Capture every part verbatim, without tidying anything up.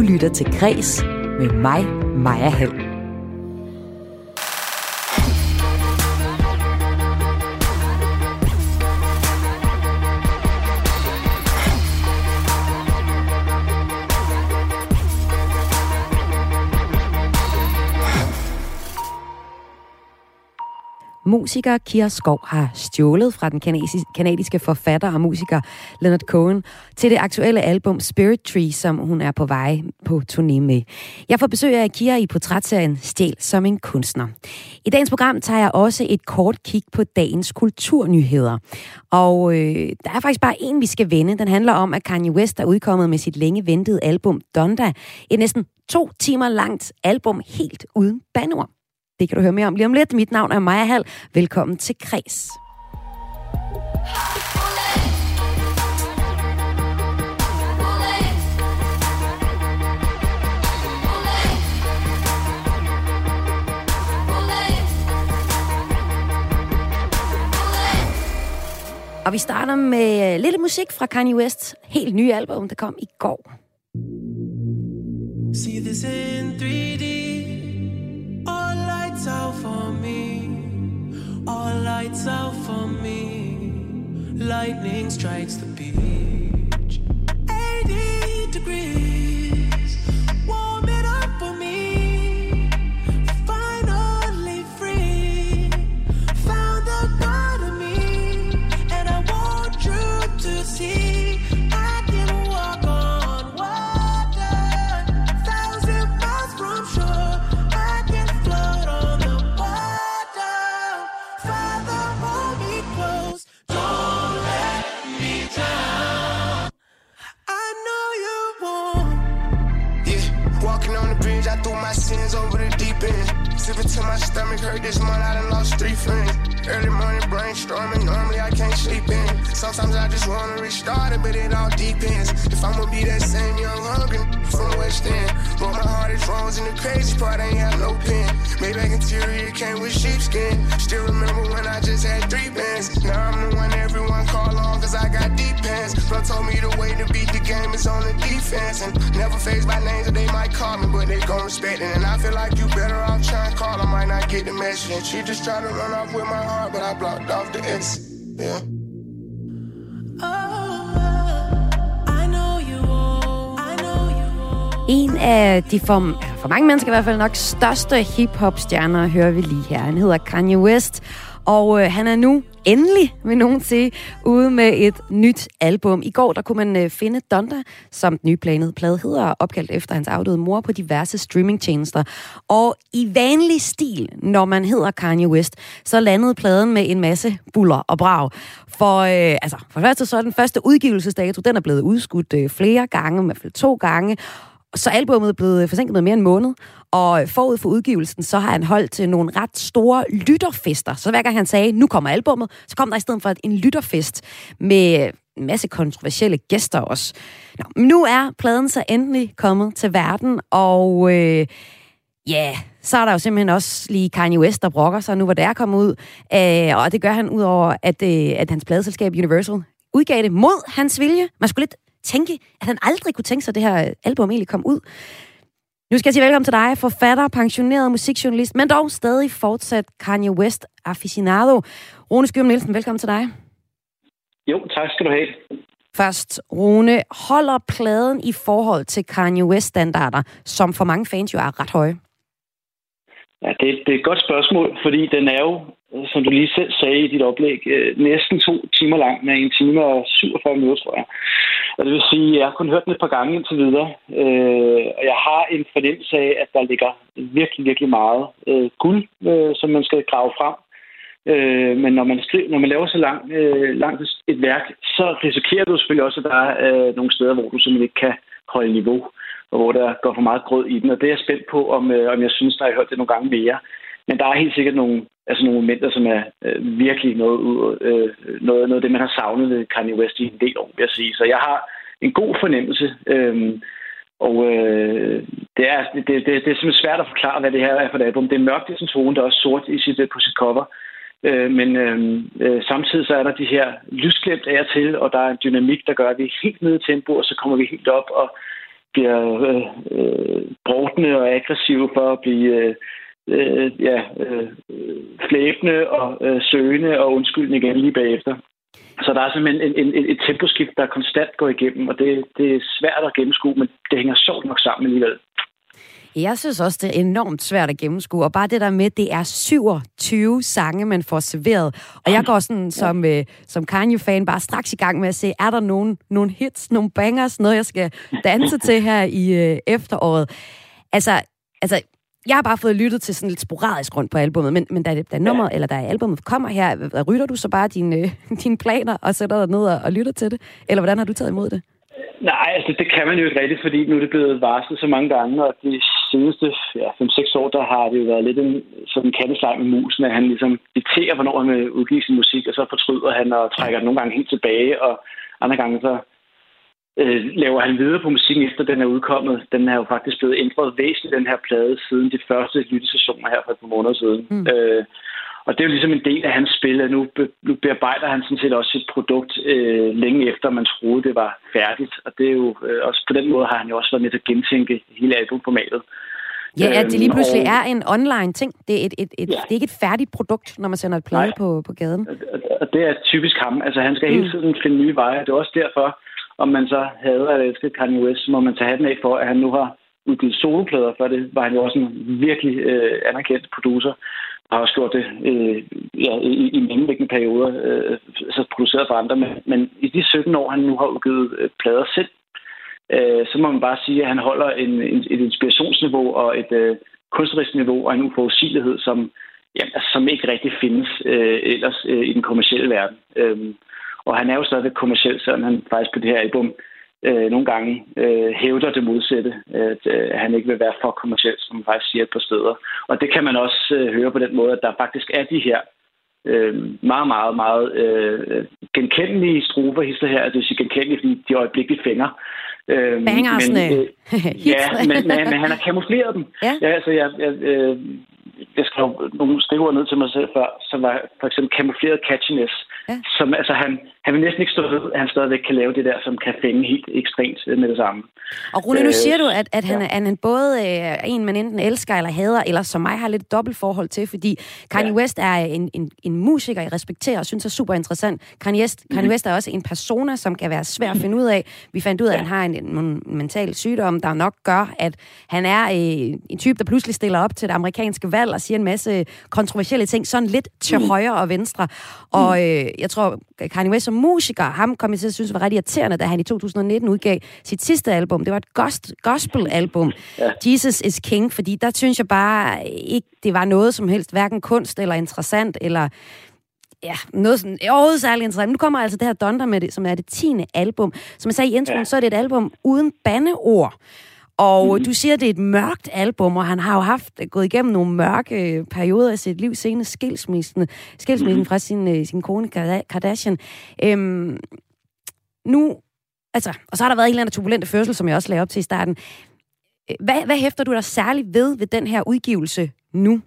lytter til Kres med mig, Maja Hall. Musiker Kira Skov har stjålet fra den kanadiske forfatter og musiker Leonard Cohen til det aktuelle album Spirit Tree, som hun er på vej på turné med. Jeg får besøg af Kira i portrætserien Stjæl som en kunstner. I dagens program tager jeg også et kort kig på dagens kulturnyheder. Og øh, der er faktisk bare en, vi skal vende. Den handler om, at Kanye West er udkommet med sit længe ventede album Donda. Et næsten to timer langt album helt uden banord. Det kan du høre mere om lige om lidt. Mit navn er Maja Hall. Velkommen til Kres. Og vi starter med lidt musik fra Kanye West. Helt nye album, der kom i går. See this in three D. All lights out for me, all lights out for me. Lightning strikes the beach, eighty degrees, warm it up for me. Finally free, found the God of me, and I want you to see. My sins over the deep end. Sipping till my stomach hurt this month. I done lost three friends. Early morning brainstorming. Normally I can't sleep in. Sometimes I just wanna restart it, but it all depends. If I'ma be that same young hungry from West End. But my heart is wrong, and the crazy part ain't have no pen. Maybach interior came with sheepskin. Still remember when I just had three bands. Now I'm the one everyone call on, cause I got deep pants. Bro told me the way to beat the game is on the defense. And never face my names that they might call me, but they gon' respect it. And I feel like you better off trying to call, I might not get the message. And she just tried to run off with my heart, but I blocked off the S. Yeah. En af de for, for mange mennesker i hvert fald nok største hip-hop-stjerner hører vi lige her. Han hedder Kanye West, og øh, han er nu endelig, vil nogen sige, ude med et nyt album. I går der kunne man øh, finde Donda, som den nye planede plade hedder, opkaldt efter hans afdøde mor på diverse streamingtjenester. Og i vanlig stil, når man hedder Kanye West, så landede pladen med en masse buller og brag. For, øh, altså, for første så er den første udgivelsesdato, den er blevet udskudt øh, flere gange, i hvert fald to gange. Så albumet er blevet forsinket med mere end en måned, og forud for udgivelsen, så har han holdt til nogle ret store lytterfester. Så hver gang han sagde, nu kommer albumet, så kom der i stedet for en lytterfest med en masse kontroversielle gæster også. Nå, men nu er pladen så endelig kommet til verden, og øh, ja, yeah, så er der jo simpelthen også lige Kanye West, der brokker sig nu, hvor det er kommet ud. Øh, og det gør han ud over, at, øh, at hans pladeselskab Universal udgav det mod hans vilje. Man skulle lidt tænke, at han aldrig kunne tænke sig, at det her album egentlig kom ud. Nu skal jeg sige velkommen til dig, forfatter, pensioneret musikjournalist, men dog stadig fortsat Kanye West aficionado. Rune Skyum Nielsen, velkommen til dig. Jo, tak skal du have. Først, Rune, holder pladen i forhold til Kanye West-standarder, som for mange fans jo er ret høje? Ja, det, det er et godt spørgsmål, fordi den er jo, som du lige selv sagde i dit oplæg, næsten to timer lang, med en time og syvogfyrre minutter, tror jeg. Og det vil sige, at jeg har kun hørt den et par gange indtil videre, øh, og jeg har en fornemmelse af, at der ligger virkelig, virkelig meget øh, guld, øh, som man skal grave frem. Øh, men når man, skriver, når man laver så lang, øh, langt et værk, så risikerer du selvfølgelig også, at der er øh, nogle steder, hvor du simpelthen ikke kan holde niveau, og hvor der går for meget grød i den. Og det er jeg spændt på, om, øh, om jeg synes, der har hørt det nogle gange mere. Men der er helt sikkert nogle, altså nogle momenter, som er øh, virkelig noget, øh, noget, noget af det, man har savnet ved Kanye West i en del år, vil jeg sige. Så jeg har en god fornemmelse, øh, og øh, det, er, det, det, det er simpelthen svært at forklare, hvad det her er for et album. Det er mørkt i sin tone, der er også sort i sit, på sit cover. Øh, men øh, øh, samtidig så er der de her lysglimt af og til, og der er en dynamik, der gør, at vi er helt nede i tempo, og så kommer vi helt op og bliver øh, øh, brovtende og aggressive for at blive øh, øh, ja, øh, flæbende og øh, søgende og undskyldende igen lige bagefter. Så der er simpelthen en, en, et temposkift, der konstant går igennem, og det, det er svært at gennemskue, men det hænger sjovt nok sammen alligevel. Jeg synes også, det er enormt svært at gennemskue, og bare det der med, det er syvogtyve sange, man får serveret. Og jeg går sådan som, øh, som Kanye-fan bare straks i gang med at se, er der nogen, nogle hits, nogle bangers, noget jeg skal danse til her i øh, efteråret. Altså, altså, jeg har bare fået lyttet til sådan lidt sporadisk rundt på albumet, men, men da, da nummeret, eller da albumet kommer her, rytter du så bare dine, øh, dine planer og sætter dig ned og, og lytter til det? Eller hvordan har du taget imod det? Nej, altså det kan man jo ikke rigtigt, fordi nu er det blevet varslet så mange gange, og de seneste ja, fem seks år, der har det jo været lidt en sådan katteslang med musen, at han ligesom dikterer, hvornår han vil udgive sin musik, og så fortryder han og trækker nogle gange helt tilbage, og andre gange så øh, laver han videre på musikken, efter den er udkommet. Den er jo faktisk blevet ændret væsentligt, den her plade, siden de første lyttesessioner her for et par måneder siden. Mm. Øh, Og det er jo ligesom en del af hans spil, at nu, be, nu bearbejder han sådan set også sit produkt øh, længe efter, man troede, det var færdigt. Og det er jo øh, også på den måde har han jo også været med til at gentænke hele albumformatet. Ja, at det lige pludselig øhm, og, er en online ting. Det er, et, et, et, ja. det er ikke et færdigt produkt, når man sender et plade på, på gaden. Og det er typisk ham. Altså han skal mm. hele tiden finde nye veje. Det er også derfor, om man så hader at elske Kanye West, så må man tage hatten af for, at han nu har udgivet soloplader. For det var han jo også en virkelig øh, anerkendt producer. Har også gjort det øh, ja, i, i mellemliggende perioder, øh, så produceret for andre. Men, men i de sytten år, han nu har udgivet øh, plader selv, øh, så må man bare sige, at han holder en, en, et inspirationsniveau og et øh, kunstnerisk niveau og en uforudsigelighed, som, ja, som ikke rigtig findes øh, ellers øh, i den kommercielle verden. Øh, og han er jo stadigvæk kommerciel, selvom han faktisk på det her album øh, nogle gange øh, hævder det modsatte, at øh, han ikke vil være for kommerciel, som man faktisk siger et par steder. Og det kan man også øh, høre på den måde, at der faktisk er de her øh, meget, meget, meget øh, genkendelige strofer, her, det vil sige genkendelige, fordi de øjeblikkeligt fænger. Øh, Bangersne. Men, øh, ja, men, men, men han har kamufleret dem. Ja, ja altså jeg... jeg øh, jeg skrev nogle stikord ned til mig selv før, som var for eksempel camoufleret catchiness, ja. Som altså han, han vil næsten ikke stå ved, at han stadigvæk kan lave det der, som kan fænge helt ekstremt med det samme. Og Rune, nu siger du, at, at han, ja. han både er en, man enten elsker eller hader, eller som mig har lidt et dobbelt forhold til, fordi Kanye ja. West er en, en, en musiker, jeg respekterer og synes er super interessant. Kanye West, mm-hmm. Kanye West er også en persona, som kan være svær at finde ud af. Vi fandt ud af, ja. at han har en, en mental sygdom, der nok gør, at han er øh, en type, der pludselig stiller op til det amerikanske valg og siger en masse kontroversielle ting, sådan lidt til mm. højre og venstre. Og øh, jeg tror, Kanye West som musiker, ham kom jeg til at synes var ret irriterende, da han i to tusind nitten udgav sit sidste album. Det var et gospel-album, ja. Jesus is King, fordi der synes jeg bare ikke, det var noget som helst, hverken kunst eller interessant, eller ja, noget sådan overhovedet særlig interessant. Nu kommer altså det her Donda med det, som er det tiende album. Som jeg sagde i introen, ja. så er det et album uden bandeord. Og mm-hmm. du siger, at det er et mørkt album, og han har jo haft gået igennem nogle mørke perioder af sit liv, senest skilsmissen, skilsmissen mm-hmm. fra sin, sin kone Kardashian. Øhm, nu, altså, og så har der været en eller anden turbulente fødsel, som jeg også lagde op til i starten. Hvad, hvad hæfter du dig særligt ved ved den her udgivelse nu?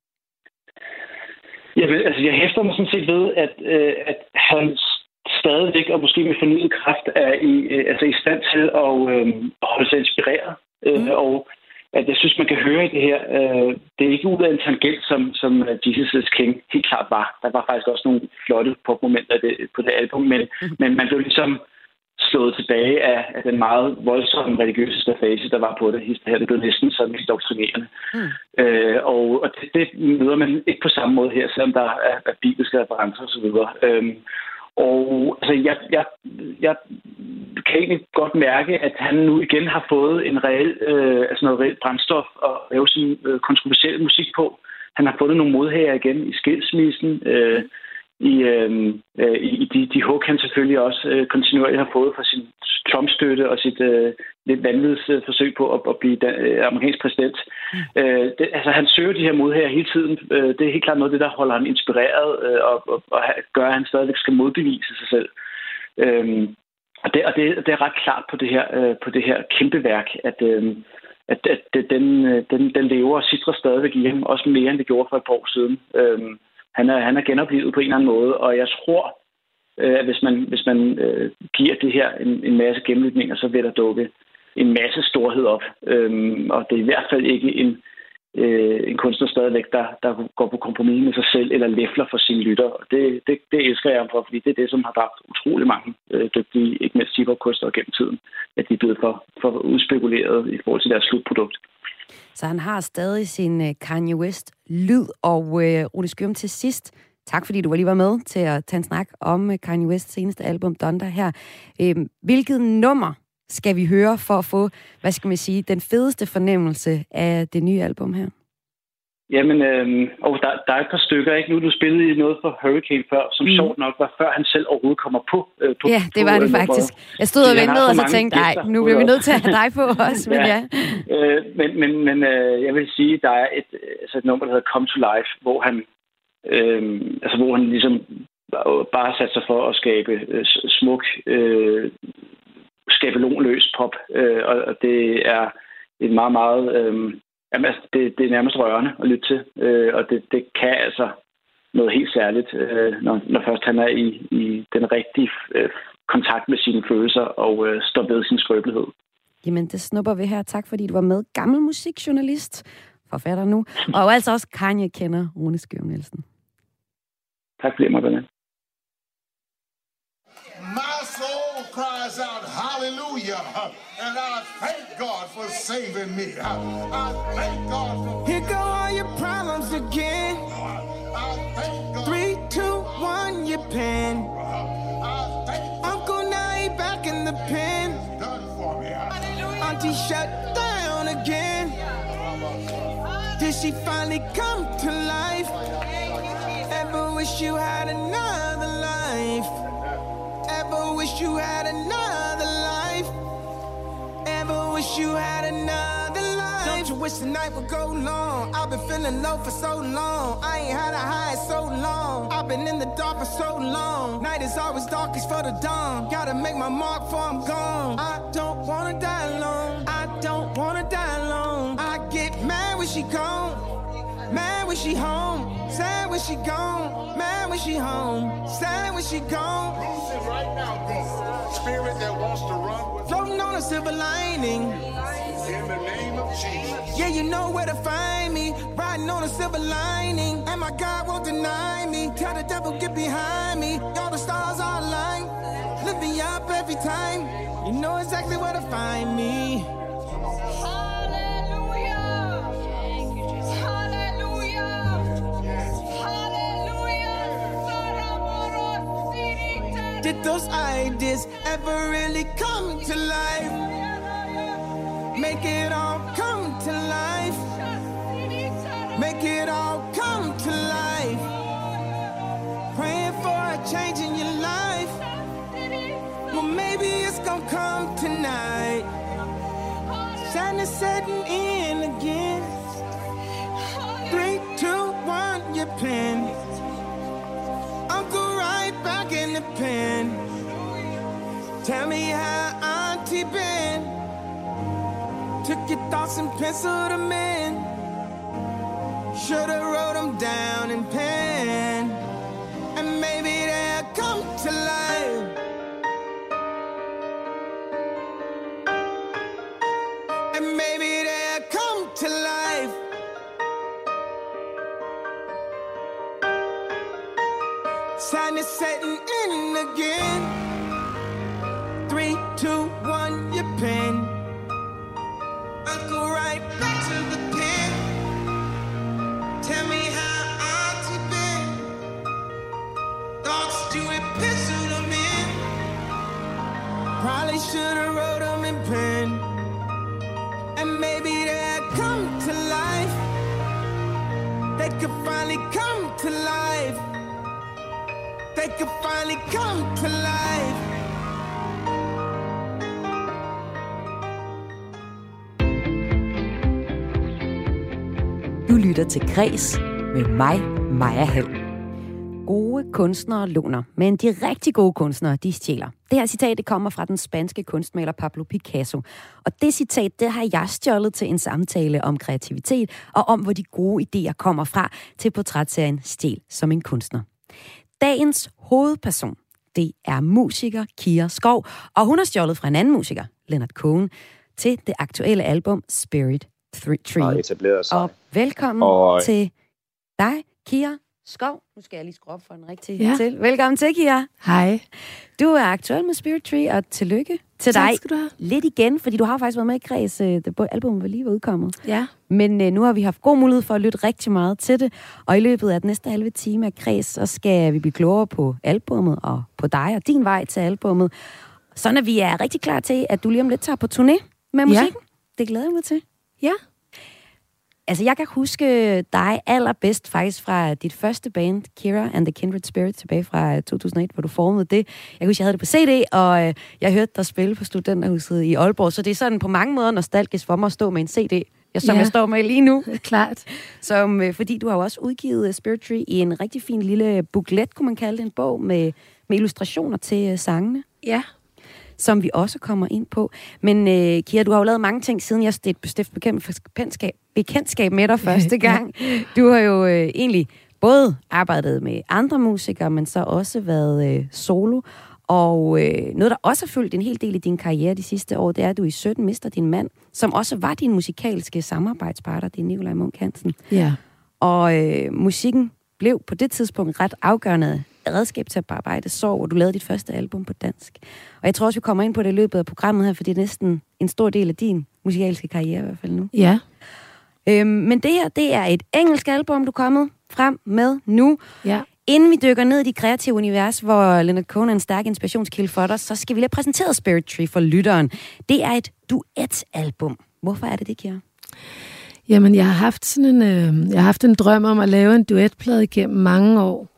Jeg, ved, altså, jeg hæfter mig sådan set ved, at, øh, at han stadigvæk, og måske med fornyet kraft, er i, øh, altså i stand til at øh, holde sig inspireret. Øh, mm. Og at jeg synes, man kan høre i det her, øh, det er ikke ud af en tangent, som, som Jesus is King helt klart var. Der var faktisk også nogle flotte popmomenter det, på det album, men, mm. men man blev ligesom slået tilbage af, af den meget voldsomme religiøse stafage, der var på det. Her, det blev næsten sådan lidt doktrinerende. Mm. Øh, og og det, det møder man ikke på samme måde her, selvom der er, er bibelske referencer osv. Øh, Og altså, jeg, jeg, jeg kan egentlig godt mærke, at han nu igen har fået en reel, øh, altså noget reelt brændstof at lave sin øh, kontroversielle musik på. Han har fundet nogle modhager igen i skilsmissen, øh, i, øh, i de, de hook, han selvfølgelig også øh, kontinuerligt har fået fra sin Trump-støtte og sit øh, lidt vanvittigt øh, forsøg på at, at blive øh, amerikansk præsident. Mm. Øh, det, altså, han søger de her modhager hele tiden. Øh, det er helt klart noget af det, der holder ham inspireret øh, og, og, og gør, at han stadigvæk skal modbevise sig selv. Øh, og det, og det, det er ret klart på det her, øh, på det her kæmpe værk, at, øh, at, at den, den, den lever og sidder stadigvæk i ham, også mere end det gjorde for et par år siden. Øh, han, er, han er genoplevet på en eller anden måde, og jeg tror, at hvis man, hvis man øh, giver det her en, en masse gennemlytninger, så vil der dukke en masse storhed op. Øhm, og det er i hvert fald ikke en, øh, en kunstner stadigvæk, der, der går på kompromis med sig selv eller læfler for sine lytter. Og det, det, det elsker jeg ham for, fordi det er det, som har dræbt utrolig mange øh, dygtige, ikke mindst hiphop-kunstnere gennem tiden, at de er blevet for, for udspekuleret i forhold til deres slutprodukt. Så han har stadig sin uh, Kanye West-lyd, og uh, Rune Skyum, til sidst, tak fordi du lige var med til at tage en snak om uh, Kanye Wests seneste album, Donda, her. Uh, hvilket nummer skal vi høre for at få, hvad skal man sige, den fedeste fornemmelse af det nye album her? Jamen, øh, og der, der er et par stykker, ikke? Nu du spillede i noget for Hurricane før, som mm. sjovt nok var før han selv overhovedet kommer på. Øh, på ja, det var på, det faktisk. Jeg stod og ventede, og så tænkte, nej, nu bliver vi nødt til at have dig på også. Men ja. ja. Øh, men men, men øh, jeg vil sige, der er et, altså et nummer, der hedder Come to Life, hvor han, øh, altså, hvor han ligesom bare satte sig for at skabe øh, smuk, øh, skabelonløs pop. Øh, og, og det er et meget, meget... Øh, Jamen, altså, det, det er nærmest rørende at lytte til, øh, og det, det kan altså noget helt særligt, øh, når, når først han er i, i den rigtige øh, kontakt med sine følelser og øh, står ved sin skrøbelighed. Jamen, det snupper vi her. Tak, fordi du var med. Gammel musikjournalist, forfatter nu, og altså også Kanye-kender, Rune Skyum Nielsen. Tak fordi jeg måtte være med. My soul cries out, hallelujah, and I thank God for saving me. I, I thank God for... Here go all your problems again. I thank God. Three, two, one, your pen. I thank God. Uncle Nye back in the pen. Done for me. Hallelujah. Auntie shut down again. Did she finally come to life? Ever wish you had another life? Ever wish you had another life? Ever wish you had another life? Don't you wish the night would go long? I've been feeling low for so long. I ain't had a high in so long. I've been in the dark for so long. Night is always darkest for the dawn. Gotta make my mark before I'm gone. I don't wanna die alone. I don't wanna die alone. I get mad when she gone. Mad when she home. Sad when she gone. Mad when she home. Sad when she gone. Right now, God. Spirit that wants to run with floating on a silver lining. In the name of Jesus. Yeah, you know where to find me. Riding on a silver lining. And my God won't deny me. Tell the devil get behind me. All the stars are aligned. Lift me up every time. You know exactly where to find me. Did those ideas ever really come to life? Make it all come to life. Make it all come to life. Praying for a change in your life. Well, maybe it's gonna come tonight. Sadness setting in again. Three, two, one, your pen. Uncle right back in the pen. Tell me how Auntie been. Took your thoughts and penciled them in. Should've wrote them down in pen. And maybe they'll come to life. And maybe they'll come to life. Sadness setting in again. Three, two, one, your pen. I'll go right back to the pen. Tell me how Auntie been. Thoughts you had penciled them in. Probably should've wrote them in pen. And maybe they'll come to life. They could finally come to life. They could finally come to life. Du lytter til Græs med mig, Maja Hall. Gode kunstnere låner, men de rigtig gode kunstnere, de stjæler. Det her citat, det kommer fra den spanske kunstmaler Pablo Picasso. Og det citat, det har jeg stjålet til en samtale om kreativitet og om, hvor de gode idéer kommer fra til portrætserien Stjæl som en kunstner. Dagens hovedperson, det er musiker Kira Skov, og hun har stjålet fra en anden musiker, Leonard Cohen. til det aktuelle album Spirit Tree. Og etableret sig. Og velkommen og... til dig, Kira Skov. Nu skal jeg lige skrue op for den rigtige ja. til. Velkommen til, Kira. Hej. Du er aktuel med Spirit Tree, og tillykke til tak, dig. Skal du have. Lidt igen, fordi du har faktisk været med i Kreds, det album var lige var udkommet. Ja. Men øh, nu har vi haft god mulighed for at lytte rigtig meget til det, og i løbet af den næste halve time af Kreds, så skal vi blive klogere på albummet og på dig og din vej til albummet. Sådan at vi er rigtig klar til, at du lige om lidt tager på turné med musikken. Ja. Det glæder jeg mig til. Ja. Altså, jeg kan huske dig allerbedst faktisk fra dit første band, Kira and the Kindred Spirit, tilbage fra to tusind og et, hvor du formede det. Jeg kan huske, jeg havde det på C D, og øh, jeg hørte dig spille på Studenterhuset i Aalborg, så det er sådan på mange måder nostalgisk for mig at stå med en C D, jeg, som ja. jeg står med lige nu. Klart. Som, øh, fordi du har jo også udgivet Spirit Tree i en rigtig fin lille booklet, kunne man kalde det, en bog med, med illustrationer til øh, sangene. Ja. Som vi også kommer ind på. Men øh, Kira, du har jo lavet mange ting, siden jeg stiftede bekendtskab, bekendtskab med dig første gang. Du har jo øh, egentlig både arbejdet med andre musikere, men så også været øh, solo. Og øh, noget, der også har fyldt en hel del i din karriere de sidste år, det er, at du i sytten mister din mand, som også var din musikalske samarbejdspartner, det er Nikolaj Munch Hansen. Ja. Og øh, musikken blev på det tidspunkt ret afgørende redskab til at bearbejde sorg, og du lavede dit første album på dansk. Og jeg tror også, vi kommer ind på det i løbet af programmet her, for det er næsten en stor del af din musikalske karriere i hvert fald nu. Ja. Øhm, men det her, det er et engelsk album, du er kommet frem med nu. Ja. Inden vi dykker ned i det kreative univers, hvor Leonard Cohen er en stærk inspirationskilde for dig, så skal vi lige præsentere Spirit Tree for lytteren. Det er et duetalbum. Hvorfor er det det, Kira? Jamen, jeg har haft sådan en, øh, jeg har haft en drøm om at lave en duetplade igennem mange år.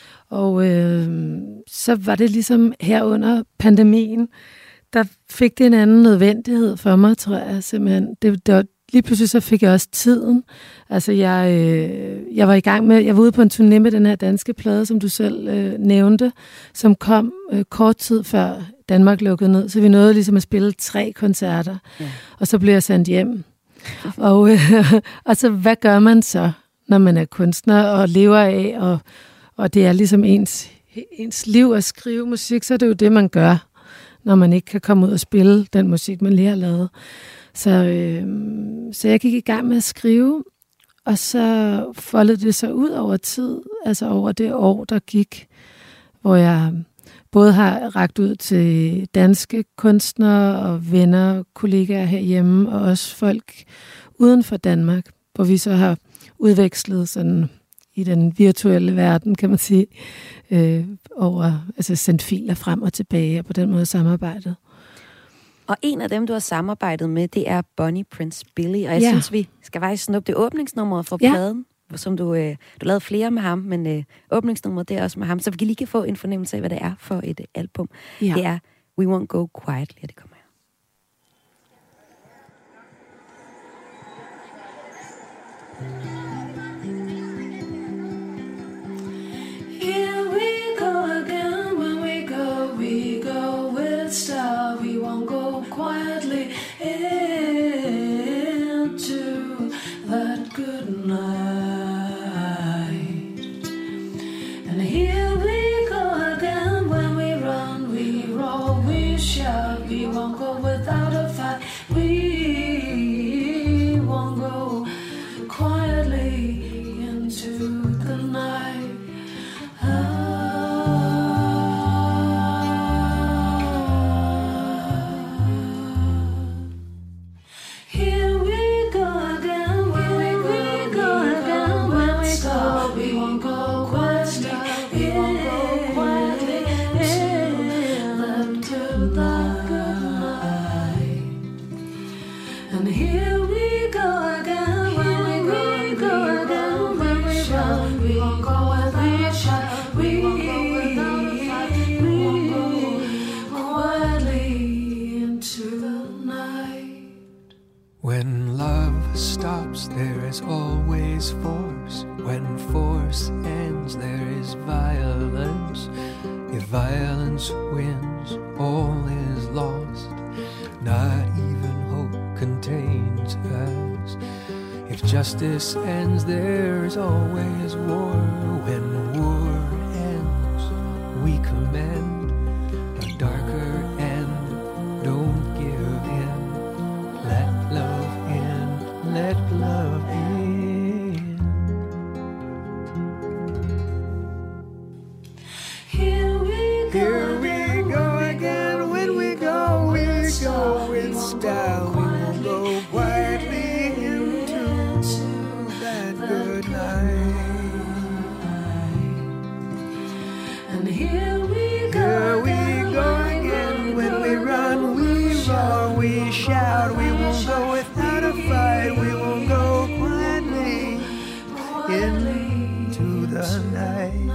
Og øh, så var det ligesom her under pandemien, der fik det en anden nødvendighed for mig, tror jeg simpelthen. Det, det var, lige pludselig så fik jeg også tiden. Altså, jeg, øh, jeg var i gang med, jeg var ude på en turné med den her danske plade, som du selv øh, nævnte, som kom øh, kort tid før Danmark lukkede ned. Så vi nåede ligesom at spille tre koncerter, ja. Og så blev jeg sendt hjem. og, øh, og så, hvad gør man så, når man er kunstner og lever af, og, og det er ligesom ens, ens liv at skrive musik, så er det jo det, man gør, når man ikke kan komme ud og spille den musik, man lige har lavet. Så, øh, så jeg gik i gang med at skrive, og så foldede det sig ud over tid, altså over det år, der gik, hvor jeg både har rakt ud til danske kunstnere og venner, kollegaer herhjemme, og også folk uden for Danmark, hvor vi så har udvekslet sådan i den virtuelle verden, kan man sige, øh, over, altså sendt filer frem og tilbage, og på den måde samarbejdet. Og en af dem, du har samarbejdet med, det er Bonnie Prince Billy, og jeg ja. synes, vi skal faktisk snuppe det åbningsnummeret for ja. pladen, som du, øh, du lavede flere med ham, men øh, åbningsnummeret, det er også med ham, så vi lige kan få en fornemmelse af, hvad det er for et øh, album. Ja. Det er We Won't Go Quietly, og det kommer her. Here we go again, when we go, we go with style. We won't go quietly into that good night. And here we go again, when we run, we roll, we shout. We won't go without a fight. We won't go quietly into the night. When love stops, there is always force. When force ends, there is violence. If violence wins, all is lost. Not even hope contains us. If justice ends, there is always war. When war ends, we commend a darker end. Don't give in. shout, we won't go without a fight, we won't go quietly into the night.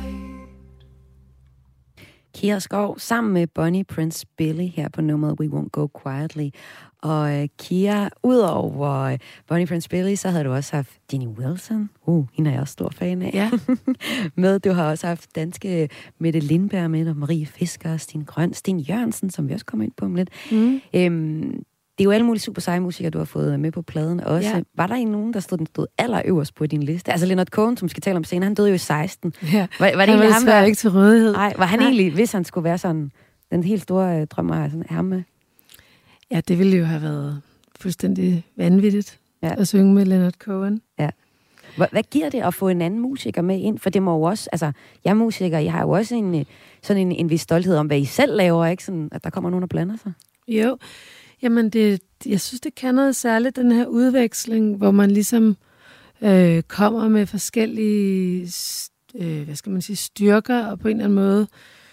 Kira Skov sammen med Bonnie Prince Billy her på nummeret We Won't Go Quietly. Og uh, Kira, udover uh, Bonnie Prince Billy, så havde du også haft Ginny Wilson. Uh, hende er jeg også stor fan af. Ja. med, du har også haft danske Mette Lindberg med, og Marie Fisker, Stine Grøn, Sten Jørgensen, som vi også kommer ind på om lidt. Mm. Øhm, det er jo alle mulige super seje musikere, du har fået med på pladen også. Ja. Var der en nogen, der stod, den stod allerøverst på din liste? Altså Leonard Cohen, som vi skal tale om senere, han døde jo i seksten. Ja, var, var det han var ham, der ikke til rådighed. Nej, var han Nej. egentlig, hvis han skulle være sådan, den helt store øh, drømmer af sådan ham med? Ja, det ville jo have været fuldstændig vanvittigt ja. at synge med Leonard Cohen. Ja. Hvad, hvad giver det at få en anden musiker med ind? For det må jo også, altså, jeg er musiker, jeg har jo også en, sådan en, en vis stolthed om, hvad I selv laver, ikke? Sådan, at der kommer nogen, der blander sig. Jo, jamen det, jeg synes, det kan noget særligt, den her udveksling, hvor man ligesom øh, kommer med forskellige, øh, hvad skal man sige, styrker, og på en eller anden måde,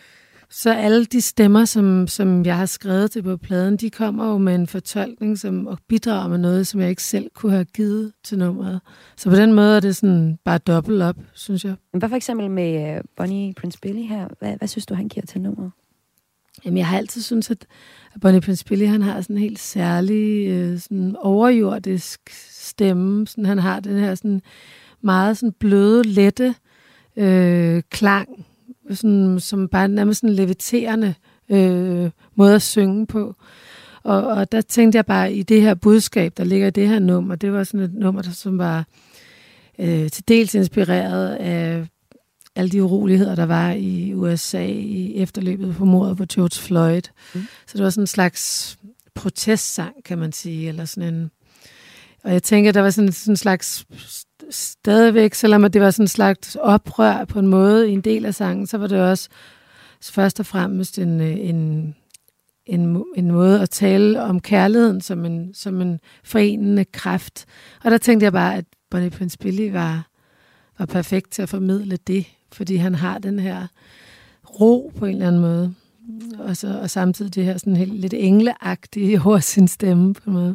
så alle de stemmer, som, som jeg har skrevet til på pladen, de kommer jo med en fortolkning, som og bidrager med noget, som jeg ikke selv kunne have givet til nummeret. Så på den måde er det sådan bare dobbelt op, synes jeg. Hvad for eksempel med Bonnie Prince Billy her? Hvad, hvad synes du, han giver til nummeret? Jamen, jeg har altid syntes, at Bonnie Prince Billy, han har sådan en helt særlig, øh, sådan overjordisk stemme. Sådan, han har den her sådan meget sådan bløde, lette øh, klang, sådan, som bare nærmest sådan leviterende øh, måde at synge på. Og, og der tænkte jeg bare, i det her budskab, der ligger i det her nummer, det var sådan et nummer, der som var øh, til dels inspireret af alle de uroligheder, der var i U S A i efterløbet på mordet på George Floyd. Mm. Så det var sådan en slags protestsang, kan man sige, eller sådan en... Og jeg tænker, der var sådan, sådan en slags... Stadigvæk, selvom det var sådan en slags oprør på en måde i en del af sangen, så var det også først og fremmest en, en, en, en måde at tale om kærligheden som en, som en forenende kraft. Og der tænkte jeg bare, at Bonnie Prince Billy var, var perfekt til at formidle det, fordi han har den her ro på en eller anden måde. Og, så, og samtidig det her sådan helt, lidt engleagtige over sin stemme på en måde.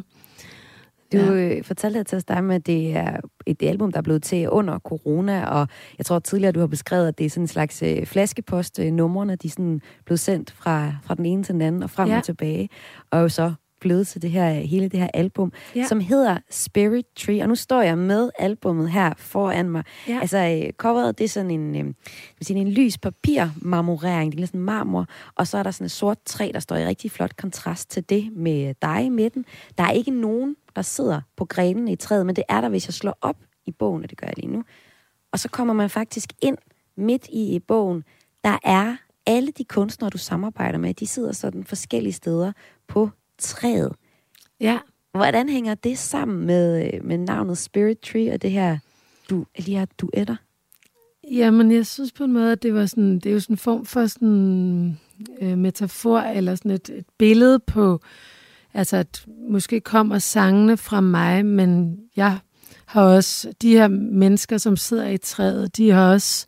Du ja. fortalte her til os dig med, at det er et album, der er blevet til under corona, og jeg tror tidligere, du har beskrevet, at det er sådan en slags øh, flaskepost. Numrene, de er sådan blevet sendt fra, fra den ene til den anden og frem ja. og tilbage, og jo så blevet til det her, hele det her album, ja. som hedder Spirit Tree. Og nu står jeg med albummet her foran mig. Ja. Altså, coveret, det er sådan en, øh, sige, en lys papirmarmorering, det er sådan marmor, og så er der sådan et sort træ, der står i rigtig flot kontrast til det med dig i midten. Der er ikke nogen, der sidder på grenene i træet, men det er der, hvis jeg slår op i bogen, og det gør jeg lige nu. Og så kommer man faktisk ind midt i, i bogen. Der er alle de kunstnere, du samarbejder med, de sidder sådan forskellige steder på træet. Ja. Hvordan hænger det sammen med, med navnet Spirit Tree og det her, du, de her duetter? Jamen, jeg synes på en måde, at det var sådan, det er jo sådan en form for sådan øh, metafor, eller sådan et, et billede på, altså at måske kommer sangene fra mig, men jeg har også, de her mennesker, som sidder i træet, de har også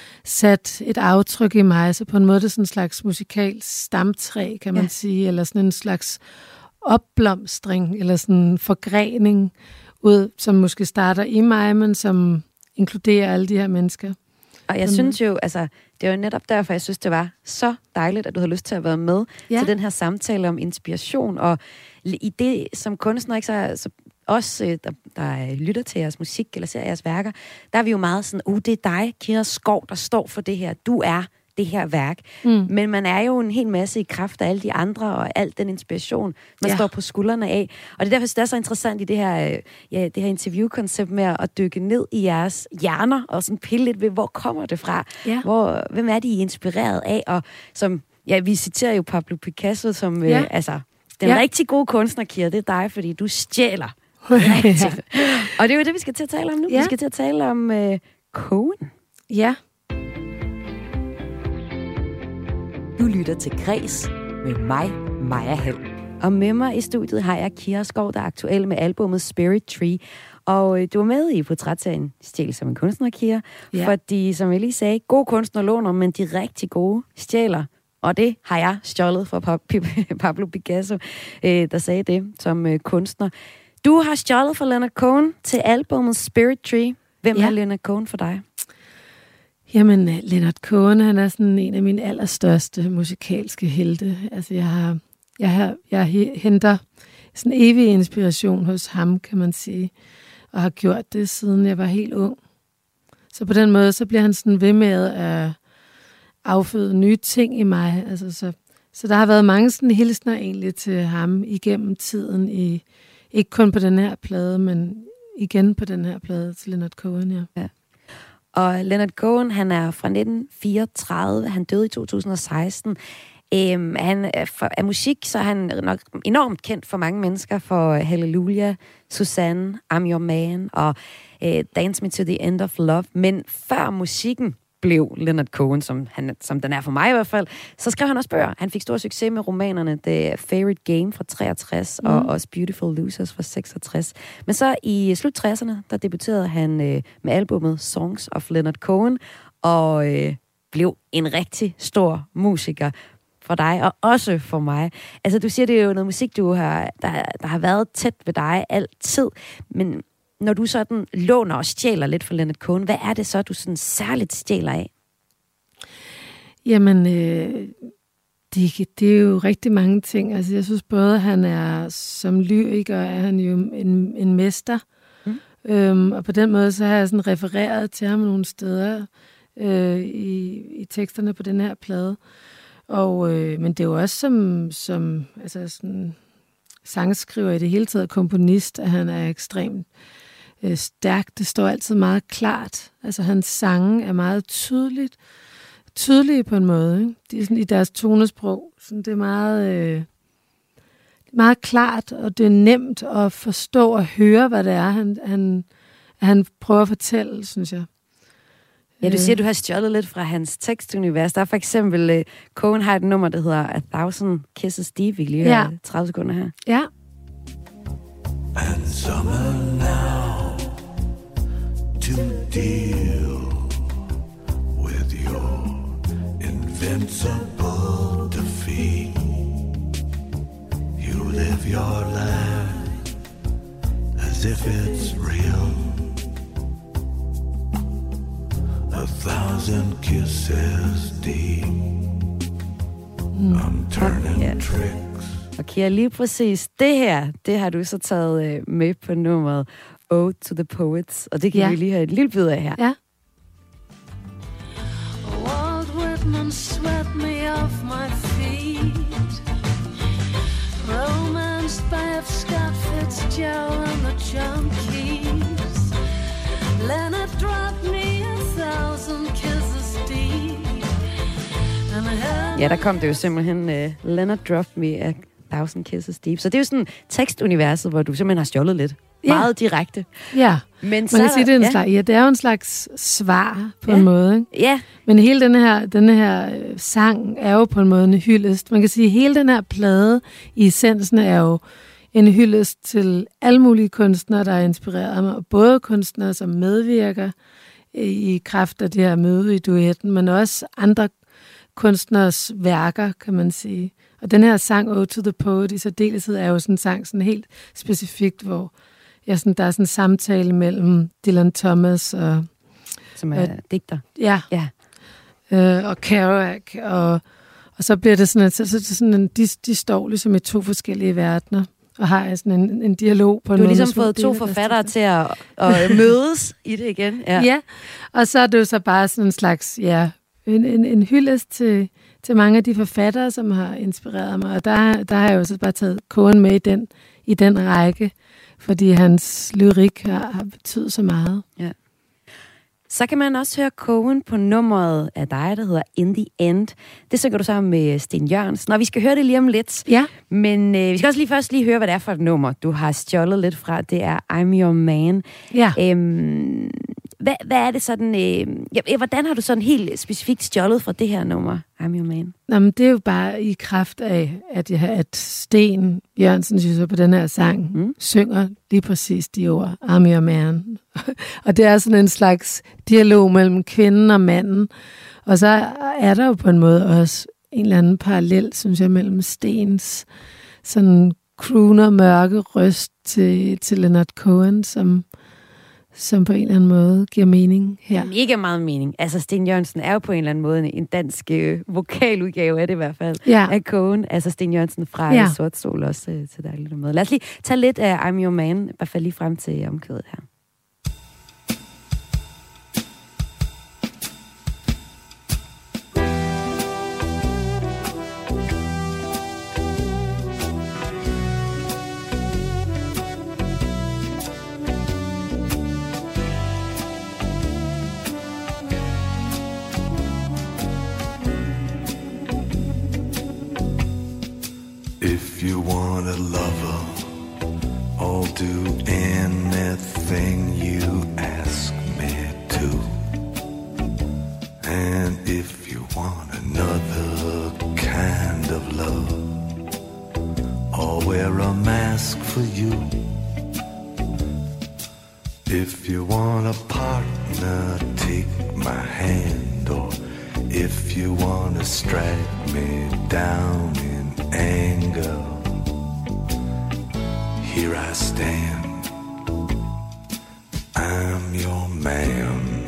sat et aftryk i mig, så på en måde det er sådan en slags musikalsk stamtræ, kan man ja. sige, eller sådan en slags opblomstring, eller sådan en forgrening ud, som måske starter i mig, men som inkluderer alle de her mennesker. Og jeg synes jo, altså, det er jo netop derfor, jeg synes, det var så dejligt, at du havde lyst til at være med ja. til den her samtale om inspiration, og i det, som kunstner, ikke, så, så også, der, der lytter til jeres musik, eller ser jeres værker, der er vi jo meget sådan, uh, det er dig, Kira Skov, der står for det her. Du er det her værk. Mm. Men man er jo en hel masse i kraft af alle de andre, og al den inspiration, man ja. står på skuldrene af. Og det er derfor, det er så interessant i det her, ja, det her interviewkoncept med at dykke ned i jeres hjerner, og sådan pille lidt ved, hvor kommer det fra? Ja. Hvor, hvem er de inspireret af? Og som, ja, vi citerer jo Pablo Picasso som, ja. øh, altså, den ja. rigtig gode kunstner, Kira, det er dig, fordi du stjæler. ja. Og det er jo det, vi skal til at tale om nu. Ja. Vi skal til at tale om øh, Cohen. Ja. Du lytter til Græs med mig, Maja Hall. Og med mig i studiet har jeg Kira Skov, der er aktuel med albumet Spirit Tree. Og øh, du er med i portrætserien Stjæl som en kunstner, Kira. Ja. Fordi, som jeg lige sagde, gode kunstnere låner, men de rigtig gode stjæler Og det har jeg stjålet fra Pablo Picasso, øh, der sagde det som øh, kunstner. Du har stjålet fra Leonard Cohen til albumet Spirit Tree. Hvem ja. er Leonard Cohen for dig? Jamen, Leonard Cohen, han er sådan en af mine allerstørste musikalske helte. Altså, jeg har, jeg har, jeg henter sådan en evig inspiration hos ham, kan man sige, og har gjort det, siden jeg var helt ung. Så på den måde, så bliver han sådan ved med at afføde nye ting i mig. Altså, så, så der har været mange sådan hilsner egentlig til ham igennem tiden, i, ikke kun på den her plade, men igen på den her plade til Leonard Cohen, ja. ja. Og Leonard Cohen, han er fra nitten fireogtredive, han døde i to tusind og seksten. Øhm, han er for, af musik, så er han nok enormt kendt for mange mennesker, for Hallelujah, Susanne, I'm Your Man og øh, Dance Me to the End of Love. Men før musikken blev Leonard Cohen, som, han, som den er for mig i hvert fald, så skrev han også bøger. Han fik stor succes med romanerne The Favorite Game fra treogtres mm. og også Beautiful Losers fra seksogtres. Men så i slut tresserne, der debuterede han øh, med albumet Songs of Leonard Cohen og øh, blev en rigtig stor musiker for dig, og også for mig. Altså, du siger, det er jo noget musik, du har, der, der har været tæt ved dig altid, men når du sådan låner og stjæler lidt fra Leonard Cohen, hvad er det så, du sådan særligt stjæler af? Jamen, øh, det, det er jo rigtig mange ting. Altså, jeg synes både, han er som lyriker, er han jo en, en mester. Mm. Øhm, og på den måde, så har jeg sådan refereret til ham nogle steder øh, i, i teksterne på den her plade. Og, øh, men det er jo også som, som altså sådan, sangskriver i det hele taget, komponist, at han er ekstremt øh, stærk. Det står altid meget klart. Altså hans sange er meget tydeligt, tydelige på en måde. Ikke? De er sådan, i deres tonesprog. Sådan, det er meget, øh, meget klart, og det er nemt at forstå og høre, hvad det er, han, han, han prøver at fortælle, synes jeg. Ja, du siger, du har stjålet lidt fra hans tekstunivers. Der er for eksempel, uh, Cohen har et nummer, der hedder A Thousand Kisses Deep. Vi lige ja. høre tredive sekunder her. Ja. And summer now to deal with your invincible defeat. You live your life as if it's real. A thousand kisses deep. Mm. I'm turning yeah. tricks. Okay, lige præcis det her, det har du så taget øh, med på nummeret Ode to the Poets, og det kan ja. vi lige have et lille bid af her. Ja. Walt Whitman swept me off my feet. Romanced by F. Scott Fitzgerald and the Junkies. Leonard dropped me a thousand kisses deep. Ja, der kom det jo simpelthen uh, Leonard dropped me a thousand kisses deep. Så det er jo sådan tekstuniverset, hvor du simpelthen har stjålet lidt. Ja. Meget direkte. Ja, men man så, kan sige, det er, en ja. slags, ja, det er jo en slags svar på ja. en måde. Ikke? Ja. Men hele den her, den her sang er jo på en måde en hyldest. Man kan sige, at hele den her plade i essensen er jo en hyldest til alle mulige kunstnere, der har inspireret mig. Og både kunstnere, som medvirker i kraft af det her møde i duetten, men også andre kunstners værker, kan man sige. Og den her sang, Ode to the Poet, i særdeleshed er jo sådan en sang sådan helt specifikt, hvor ja, sådan, der er sådan en samtale mellem Dylan Thomas og... Som er øh, digter. Ja. ja. Øh, og Kerouac, og, og så bliver det sådan, så, så, sådan en, de, de står ligesom i to forskellige verdener, og har sådan en, en dialog på en måde. Du har ligesom fået to forfattere til at, at mødes i det igen. Ja. ja, og så er det jo så bare sådan en slags, ja, en, en, en hyldest til, til mange af de forfattere, som har inspireret mig, og der, der har jeg jo så bare taget Cohen med i den, i den række, fordi hans lyrik har, har betydet så meget. Ja. Så kan man også høre Cohen på nummeret af dig, der hedder In the End. Det synger du sammen med Sten Jørgensen, og vi skal høre det lige om lidt. Ja. Men øh, vi skal også lige først lige høre, hvad det er for et nummer, du har stjålet lidt fra. Det er I'm Your Man. Ja. Øhm, hvad, hvad er det sådan... Øh, ja, hvordan har du sådan helt specifikt stjålet fra det her nummer, I'm Your Man? Nå, men det er jo bare i kraft af, at, jeg, at Sten Jørgensen, synes jeg, på den her sang, mm. synger lige præcis de ord, I'm Your Man. Og det er sådan en slags dialog mellem kvinden og manden. Og så er der jo på en måde også en eller anden parallel, synes jeg, mellem Stens sådan crooner mørke røst til, til Leonard Cohen, som, som på en eller anden måde giver mening her. Ja, mega meget mening. Altså, Steen Jørgensen er jo på en eller anden måde en dansk øh, vokaludgave af det i hvert fald, ja. af Cohen. Altså, Steen Jørgensen fra ja. Sort Sol også øh, til dejligt med. Lad os lige tage lidt af I'm Your Man, i hvert fald lige frem til omkvædet her. If you want a lover, I'll do anything you ask me to. And if you want another kind of love, I'll wear a mask for you. If you want a partner, take my hand. Or if you want to strike me down in anger, here I stand, I'm your man.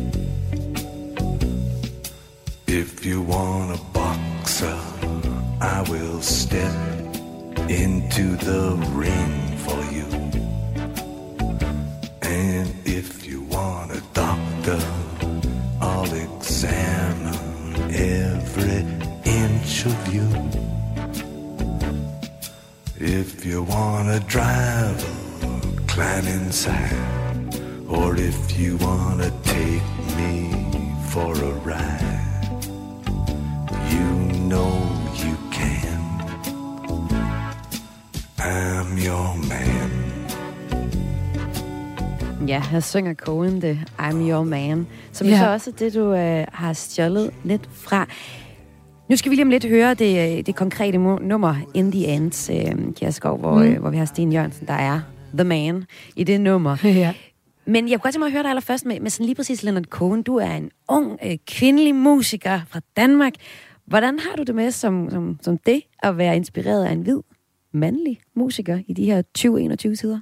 If you want a boxer, I will step into the ring for you. And if you want a doctor, I'll examine every inch of you. If you wanna drive, climb inside. Or if you wanna take me for a ride, you know you can. I'm your man. Ja, her synger Cohen det, I'm Your Man, som Ja. så også er det, du øh, har stjålet lidt fra. Nu skal vi lige om lidt høre det, det konkrete mu- nummer In The End, øh, Kjærsgaard, hvor, mm. øh, hvor vi har Steen Jørgensen, der er the man i det nummer. Ja. Men jeg kunne godt tænke mig at høre dig allerførst med, med sådan lige præcis Leonard Cohen. Du er en ung, øh, kvindelig musiker fra Danmark. Hvordan har du det med som, som, som det at være inspireret af en hvid, mandlig musiker i de her tyve enogtyve tider?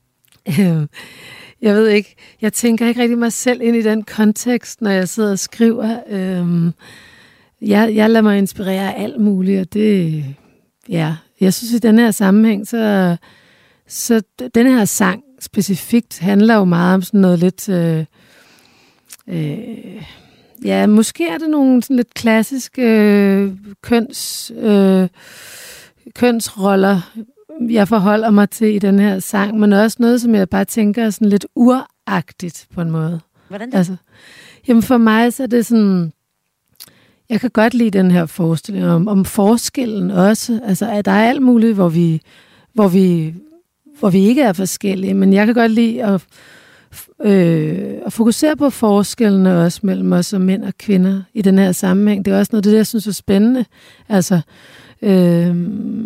Jeg ved ikke. Jeg tænker ikke rigtig mig selv ind i den kontekst, når jeg sidder og skriver. Øhm, jeg, jeg lader mig inspirere af alt muligt, og det, ja, jeg synes i den her sammenhæng, så, så den her sang specifikt handler jo meget om sådan noget lidt, øh, øh, ja, måske er det nogle sådan lidt klassiske øh, køns, øh, kønsroller, jeg forholder mig til i den her sang, men også noget, som jeg bare tænker er sådan lidt uragtigt på en måde. Hvordan det? Altså, jamen for mig så er det sådan, jeg kan godt lide den her forestilling om, om forskellen også. Altså, at der er alt muligt, hvor vi, hvor vi, hvor vi ikke er forskellige, men jeg kan godt lide at, øh, at fokusere på forskellene også mellem os og mænd og kvinder i den her sammenhæng. Det er også noget af det, jeg synes er spændende. Altså, øh,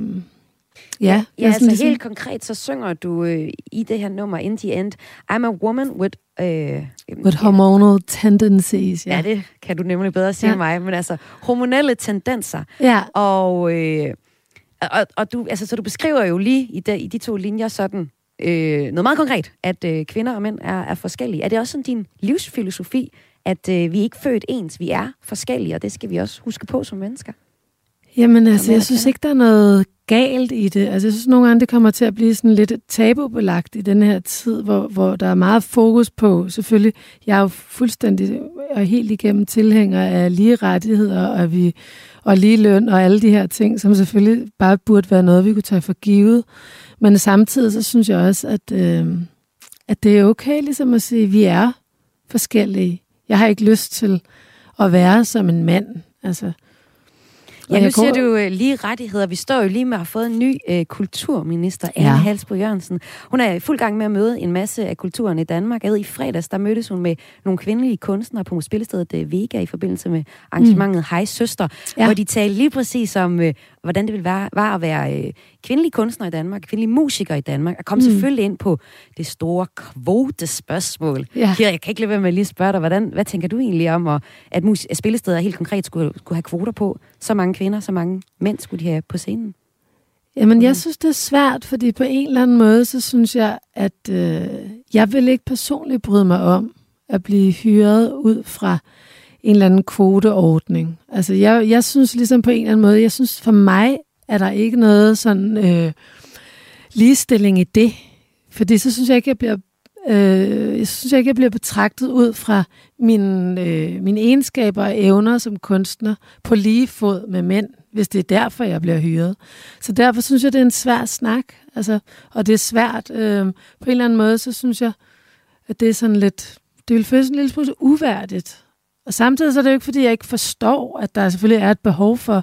Ja, ja, altså ligesom helt konkret, så synger du øh, i det her nummer, In The End, I'm a woman with... Øh, with hormonal tendencies. Ja. ja, det kan du nemlig bedre sige ja. mig, men altså hormonelle tendenser. Ja. Og, øh, og, og du, altså, så du beskriver jo lige i de, i de to linjer sådan øh, noget meget konkret, at øh, kvinder og mænd er, er forskellige. Er det også sådan din livsfilosofi, at øh, vi er ikke født ens, vi er forskellige, og det skal vi også huske på som mennesker? Jamen altså, jeg synes ikke, der er noget galt i det. Altså, jeg synes nogle gange, det kommer til at blive sådan lidt tabubelagt i den her tid, hvor, hvor der er meget fokus på, selvfølgelig, jeg er jo fuldstændig og helt igennem tilhænger af lige rettigheder og, vi, og lige løn og alle de her ting, som selvfølgelig bare burde være noget, vi kunne tage for givet. Men samtidig så synes jeg også, at, øh, at det er okay ligesom at sige, at vi er forskellige. Jeg har ikke lyst til at være som en mand, altså. Ja, nu siger du jo uh, lige rettigheder. Vi står jo lige med at have fået en ny uh, kulturminister, Ane ja. Halsboe Jørgensen. Hun er i fuld gang med at møde en masse af kulturen i Danmark. Jeg ved, i fredags, der mødtes hun med nogle kvindelige kunstnere på spillestedet uh, Vega i forbindelse med arrangementet mm. Hej Søster, ja. hvor de talte lige præcis om, uh, hvordan det ville være, var at være øh, kvindelig kunstner i Danmark, kvindelig musiker i Danmark, og komme mm. selvfølgelig ind på det store kvotespørgsmål. Ja. Kira, jeg kan ikke lade være med at lige spørge dig, hvordan, hvad tænker du egentlig om, at, at, mus- at spillesteder helt konkret skulle, skulle have kvoter på? Så mange kvinder, så mange mænd skulle de have på scenen? Jamen, jeg synes, det er svært, fordi på en eller anden måde, så synes jeg, at øh, jeg vil ikke personligt bryde mig om at blive hyret ud fra en eller anden kvoteordning. Altså, jeg, jeg synes ligesom på en eller anden måde, jeg synes for mig, er der ikke noget sådan øh, ligestilling i det. Fordi så synes jeg ikke, jeg bliver, øh, jeg synes jeg ikke, jeg bliver betragtet ud fra mine, øh, mine egenskaber og evner som kunstner på lige fod med mænd, hvis det er derfor, jeg bliver hyret. Så derfor synes jeg, det er en svær snak. Altså, og det er svært. Øh, på en eller anden måde, så synes jeg, at det er sådan lidt, det vil føles en lille smule uværdigt. Og samtidig så er det jo ikke, fordi jeg ikke forstår, at der selvfølgelig er et behov for,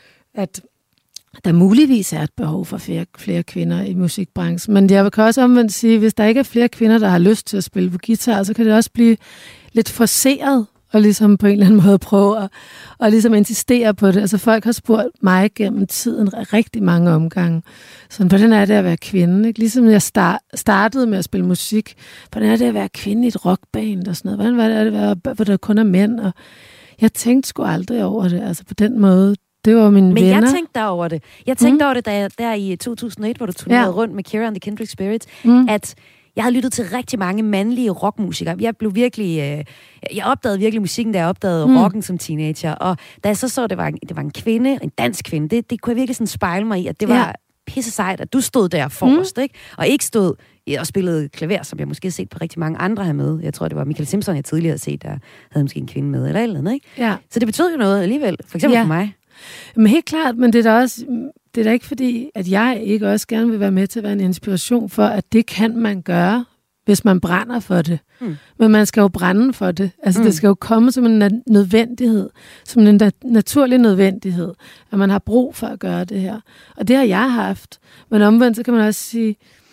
at der muligvis er et behov for flere, flere kvinder i musikbranchen. Men jeg kan også omvendt sige, hvis der ikke er flere kvinder, der har lyst til at spille på guitar, så kan det også blive lidt forceret og ligesom på en eller anden måde prøve at og ligesom insistere på det. Altså folk har spurgt mig gennem tiden rigtig mange omgange. Sådan, hvordan er det at være kvinde? Ikke? Ligesom jeg start, startede med at spille musik. Hvordan er det at være kvinde i et rockband og sådan noget? Hvordan er det at være, hvor der kun er mænd? Og jeg tænkte sgu aldrig over det. Altså på den måde. Det var mine Men venner. jeg tænkte over det. Jeg tænkte mm. over det, da jeg, der i to tusind og et, hvor du turnerede ja. rundt med Kira and the Kindred Spirits, mm. at jeg havde lyttet til rigtig mange mandlige rockmusikere. Jeg blev virkelig... Øh, jeg opdagede virkelig musikken, da jeg opdagede mm. rocken som teenager. Og da jeg så så, at det var en, det var en kvinde, en dansk kvinde, det, det kunne jeg virkelig sådan spejle mig i, at det var ja. pisse sejt, at du stod der forrest, mm. ikke? Og ikke stod og spillede klaver, som jeg måske har set på rigtig mange andre her med. Jeg tror, det var Michael Simpson, jeg tidligere havde set, der havde måske en kvinde med, eller et eller andet, ikke? Ja. Så det betød jo noget alligevel, for eksempel ja. for mig. Men helt klart, men det er da også, det er da ikke fordi, at jeg ikke også gerne vil være med til at være en inspiration for, at det kan man gøre, hvis man brænder for det. Mm. Men man skal jo brænde for det. Altså, mm. det skal jo komme som en na- nødvendighed, som en na- naturlig nødvendighed, at man har brug for at gøre det her. Og det har jeg haft. Men omvendt, så kan man også sige,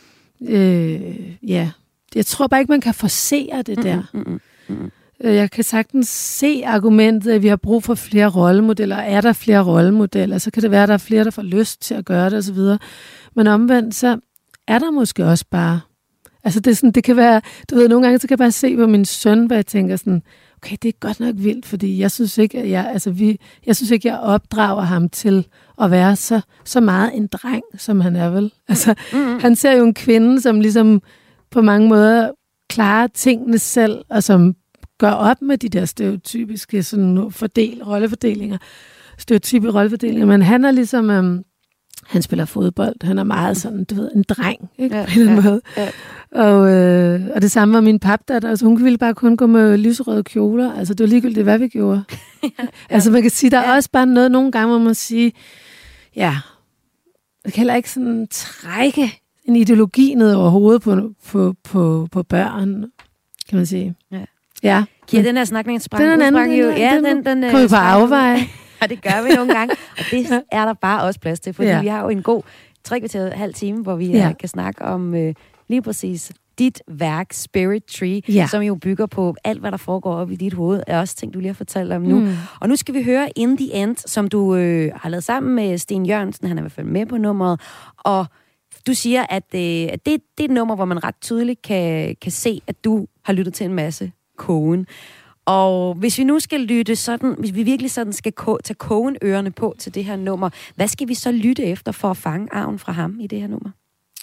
øh, ja, jeg tror bare ikke, man kan forsere det der. Mm, mm, mm, mm. Jeg kan sagtens se argumentet, at vi har brug for flere rollemodeller. Er der flere rollemodeller, så kan det være, at der er flere, der får lyst til at gøre det osv. Men omvendt, så er der måske også bare... Altså, det, er sådan, det kan være... Du ved, nogle gange, så kan jeg bare se på min søn, hvor jeg tænker sådan, okay, det er godt nok vildt, fordi jeg synes ikke, at jeg... Altså, vi, jeg synes ikke, jeg opdrager ham til at være så, så meget en dreng, som han er vel. Altså, mm-hmm. han ser jo en kvinde, som ligesom på mange måder klarer tingene selv, og som gør op med de der stereotypiske sådan, fordel, rollefordelinger, stereotype rollefordelinger, men han er ligesom, øhm, han spiller fodbold, han er meget sådan, du ved, en dreng, ikke, ja, på en eller anden ja, måde. Ja. Og, øh, og det samme var min papdatter, altså hun ville bare kun gå med lyserøde kjoler, altså det var ligegyldigt, hvad vi gjorde. ja, ja. Altså man kan sige, der er ja. også bare noget, nogle gange, hvor man siger, ja, man kan heller ikke sådan trække en ideologi ned over hovedet på, på, på, på børn, kan man sige. Ja. Ja. Kira, den her snakning sprang, den er sprang jo. Ja, den, den, den, den kommer vi på afveje. Og det gør vi nogle gange. Og det er der bare også plads til, fordi ja. vi har jo en god tre kvarter halv time, hvor vi ja. kan snakke om øh, lige præcis dit værk, Spirit Tree, ja. som jo bygger på alt, hvad der foregår op i dit hoved, er også ting, du lige har fortalt om nu. Mm. Og nu skal vi høre In The End, som du øh, har lavet sammen med Sten Jørgensen. Han er i hvert fald med på nummeret. Og du siger, at, øh, at det, det er et nummer, hvor man ret tydeligt kan, kan se, at du har lyttet til en masse Cohen. Og hvis vi nu skal lytte sådan, hvis vi virkelig sådan skal ko- tage Cohen-ørerne på til det her nummer, hvad skal vi så lytte efter for at fange arven fra ham i det her nummer?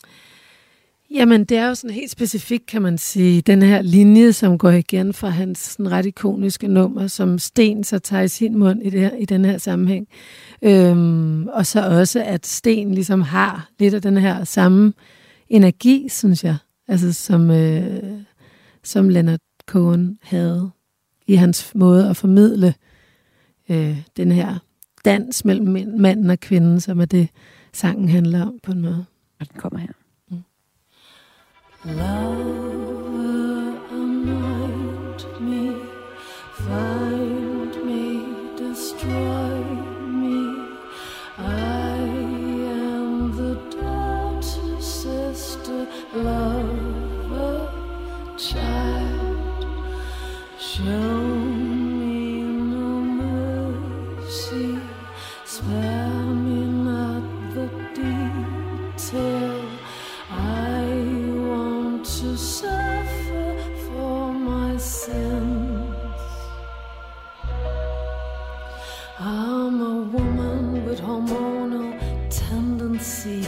Jamen, det er jo sådan helt specifikt, kan man sige, den her linje, som går igen fra hans sådan ret ikoniske nummer, som Sten så tager i sin mund i, det her, i den her sammenhæng. Øhm, og så også, at Sten ligesom har lidt af den her samme energi, synes jeg, altså som, øh, som Leonard Cohen havde i hans måde at formidle øh, den her dans mellem manden og kvinden, som er det, sangen handler om på en måde. Og den kommer her. Mm. Lover, anoint me, find me, destroy me. I am the daughter, sister, lover, child. Show me no mercy, spare me till I want to suffer for my sins. I'm a woman with hormonal tendencies,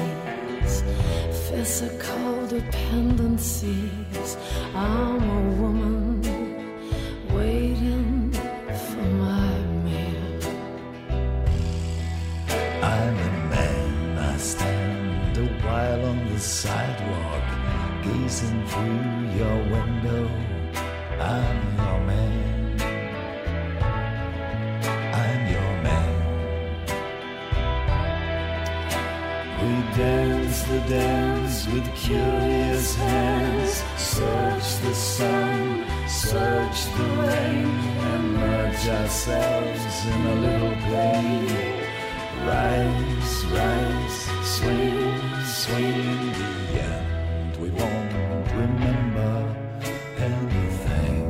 physical dependencies. I'm a woman waiting for my man. I'm a man, I stand a while on the sidewalk, gazing through your window. I'm your man, I'm your man. We dance the dance with curious hands, search the sun, search the rain, and merge ourselves in a little play. Rise, rise, swing, swing. In the end, we won't remember anything.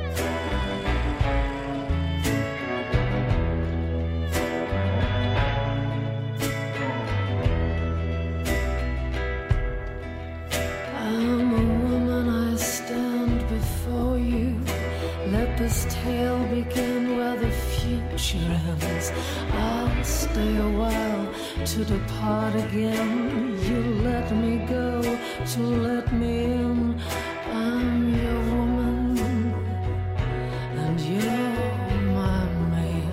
I'm a woman, I stand before you. Let this tale begin where the future ends. I'll stay a while to depart again. You let me go to let me in. I'm your woman and you're my man.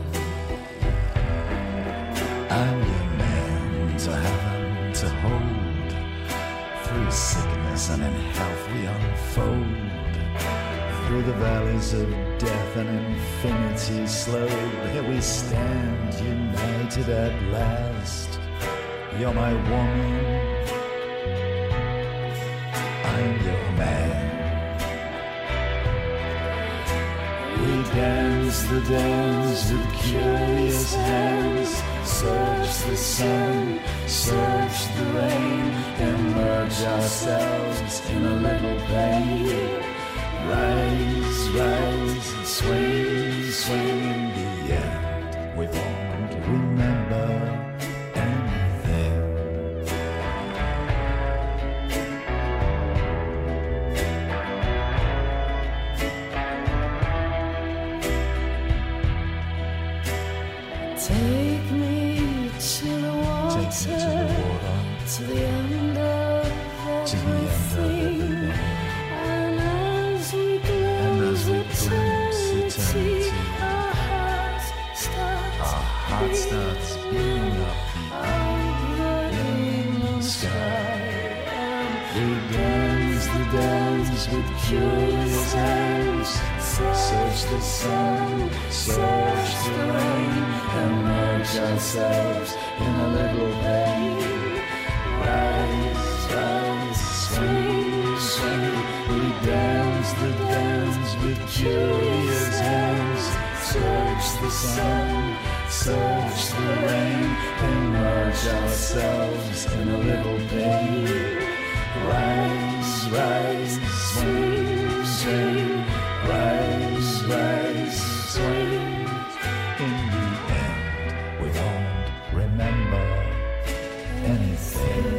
I'm your man to heaven to hold. Through sickness and in health we unfold. Through the valleys of death and infinity slow, here we stand united at last. You're my woman, I'm your man. We dance the dance with curious hands, search the sun, search the rain, immerse ourselves in a little pain. Rise, rise, and swing, swing. In the end, we won't remember anything. Take me to the water, Take me to the water, to the end of to the end of everything. everything. And as we glimpse eternity, eternity, our hearts start Our heart starts beating up the evening sky. We dance the dance with curious hands, search the sun, search the rain, and merge ourselves in a little pain. Rise, rise, swing, swing. We dance the dance with curious hands, search the sun, search the rain, immerse ourselves in a little pain. Rise, rise, swing, swing. Rise, rise, swing. In the end, we won't remember anything.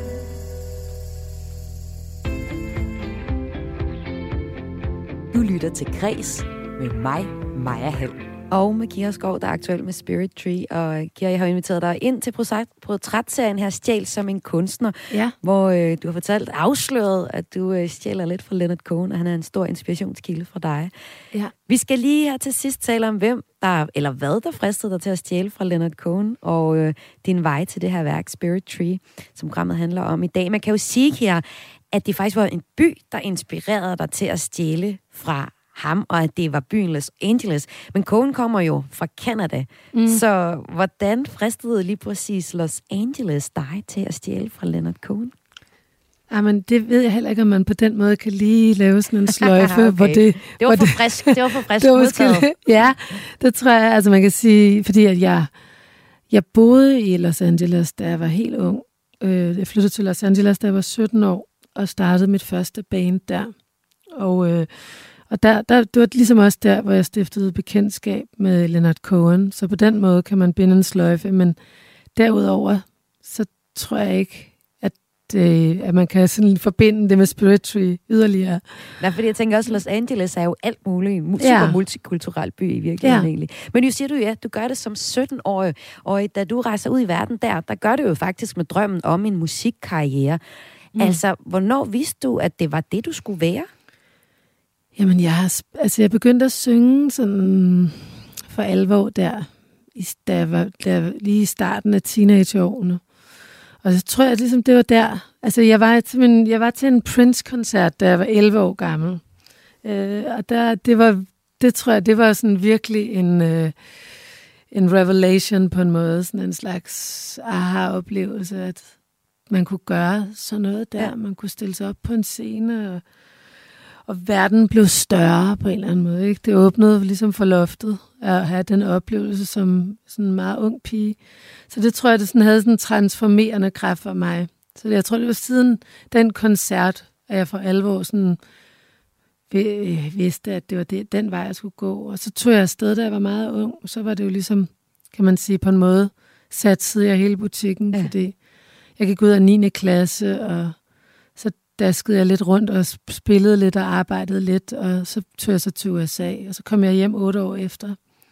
Du lytter til Græs med mig, Maja Hall. Og med Kira Skov, der er aktuel med Spirit Tree. Og Kira, jeg har inviteret dig ind til portrætserien her, Stjæl som en kunstner, Ja. hvor øh, du har fortalt, afsløret, at du øh, stjæler lidt fra Leonard Cohen, og han er en stor inspirationskilde for dig. Ja. Vi skal lige her til sidst tale om, hvem der, eller hvad der fristede dig til at stjæle fra Leonard Cohen, og øh, din vej til det her værk, Spirit Tree, som programmet handler om i dag. Man kan jo sige her, at det faktisk var en by, der inspirerede dig til at stjæle fra ham, og at det var byen Los Angeles. Men Cohen kommer jo fra Canada. Mm. Så hvordan fristede lige præcis Los Angeles dig til at stjæle fra Leonard Cohen? Jamen, det ved jeg heller ikke, om man på den måde kan lige lave sådan en sløjfe, okay. hvor det... Det var hvor for frisk, det var for frisk det var måske, ja, det tror jeg, altså man kan sige, fordi at jeg, jeg boede i Los Angeles, da jeg var helt ung. Jeg flyttede til Los Angeles, da jeg var sytten år, og startede mit første band der. Og, øh, og der, der, det var ligesom også der, hvor jeg stiftede bekendtskab med Leonard Cohen. Så på den måde kan man binde en sløjfe, men derudover, så tror jeg ikke, at det, at man kan sådan forbinde det med Spirittree yderligere. Nej, fordi jeg tænker også, Los Angeles er jo alt muligt. Super Ja. multikulturel by i virkeligheden Ja. egentlig. Men nu siger du ja, du gør det som sytten-årig, og da du rejser ud i verden der, der gør det jo faktisk med drømmen om en musikkarriere. Mm. Altså, hvornår vidste du, at det var det, du skulle være? Jamen, jeg har, sp- altså, jeg begyndte at synge sådan for alvor der, i, da jeg var der, lige i starten af teenageårene. Og så tror jeg, ligesom det var der. Altså, jeg var til, min, jeg var til en Prince-koncert, da jeg var elleve år gammel. Øh, og der, det var, det tror jeg, det var sådan virkelig en, øh, en revelation på en måde. Sådan en slags aha-oplevelse, at man kunne gøre sådan noget der. Ja. Man kunne stille sig op på en scene, og, og verden blev større på en eller anden måde. Ikke? Det åbnede ligesom for loftet at have den oplevelse som sådan en meget ung pige. Så det tror jeg, det sådan havde sådan en transformerende kraft for mig. Så jeg tror, det var siden den koncert, at jeg for alvor sådan vidste, at det var det, den vej, jeg skulle gå. Og så tog jeg afsted, da jeg var meget ung. Så var det jo ligesom, kan man sige, på en måde satsede jeg hele butikken, ja. Fordi jeg gik ud af niende klasse, og så daskede jeg lidt rundt og spillede lidt og arbejdede lidt, og så tog jeg så til U S A, og så kom jeg hjem otte år efter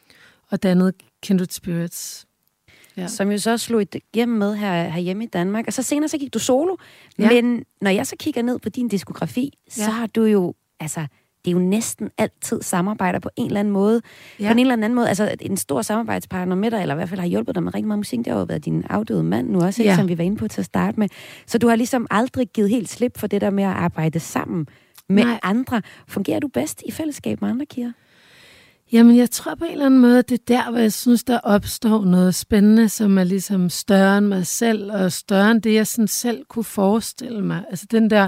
og dannede Kindred Spirits. Ja. Som jo så slog et hjem med her, herhjemme i Danmark. Og så senere så gik du solo. Ja. Men når jeg så kigger ned på din diskografi, ja. så har du jo, altså, det er jo næsten altid samarbejder på en eller anden måde. Ja. På en eller anden måde, altså en stor samarbejdspartner med dig, eller i hvert fald har hjulpet dig med rigtig meget musik, det har jo været din afdøde mand nu også, ikke, ja. Som vi var inde på til at starte med. Så du har ligesom aldrig givet helt slip for det der med at arbejde sammen med Nej. andre. Fungerer du bedst i fællesskab med andre, Kira? Jamen, jeg tror på en eller anden måde, at det er der, hvor jeg synes, der opstår noget spændende, som er ligesom større end mig selv, og større end det, jeg sådan selv kunne forestille mig. Altså den der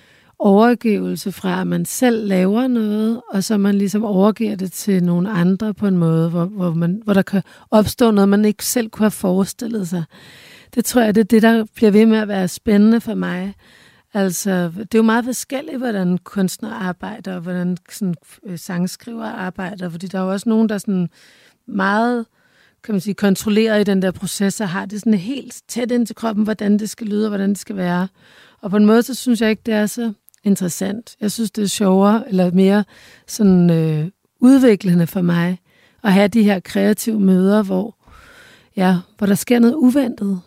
overgivelse fra, at man selv laver noget, og så man ligesom overgiver det til nogle andre på en måde, hvor, hvor, man, hvor der kan opstå noget, man ikke selv kunne have forestillet sig. Det tror jeg, det er det, der bliver ved med at være spændende for mig. Altså, det er jo meget forskelligt, hvordan kunstnere arbejder, og hvordan sådan, øh, sangskriver arbejder, fordi der er jo også nogen, der er sådan meget, kan man sige, kontrollerer i den der proces, og har det sådan helt tæt ind til kroppen, hvordan det skal lyde, og hvordan det skal være. Og på en måde, så synes jeg ikke, det er så interessant. Jeg synes, det er sjovere, eller mere sådan øh, udviklende for mig, at have de her kreative møder, hvor, ja, hvor der sker noget uventet.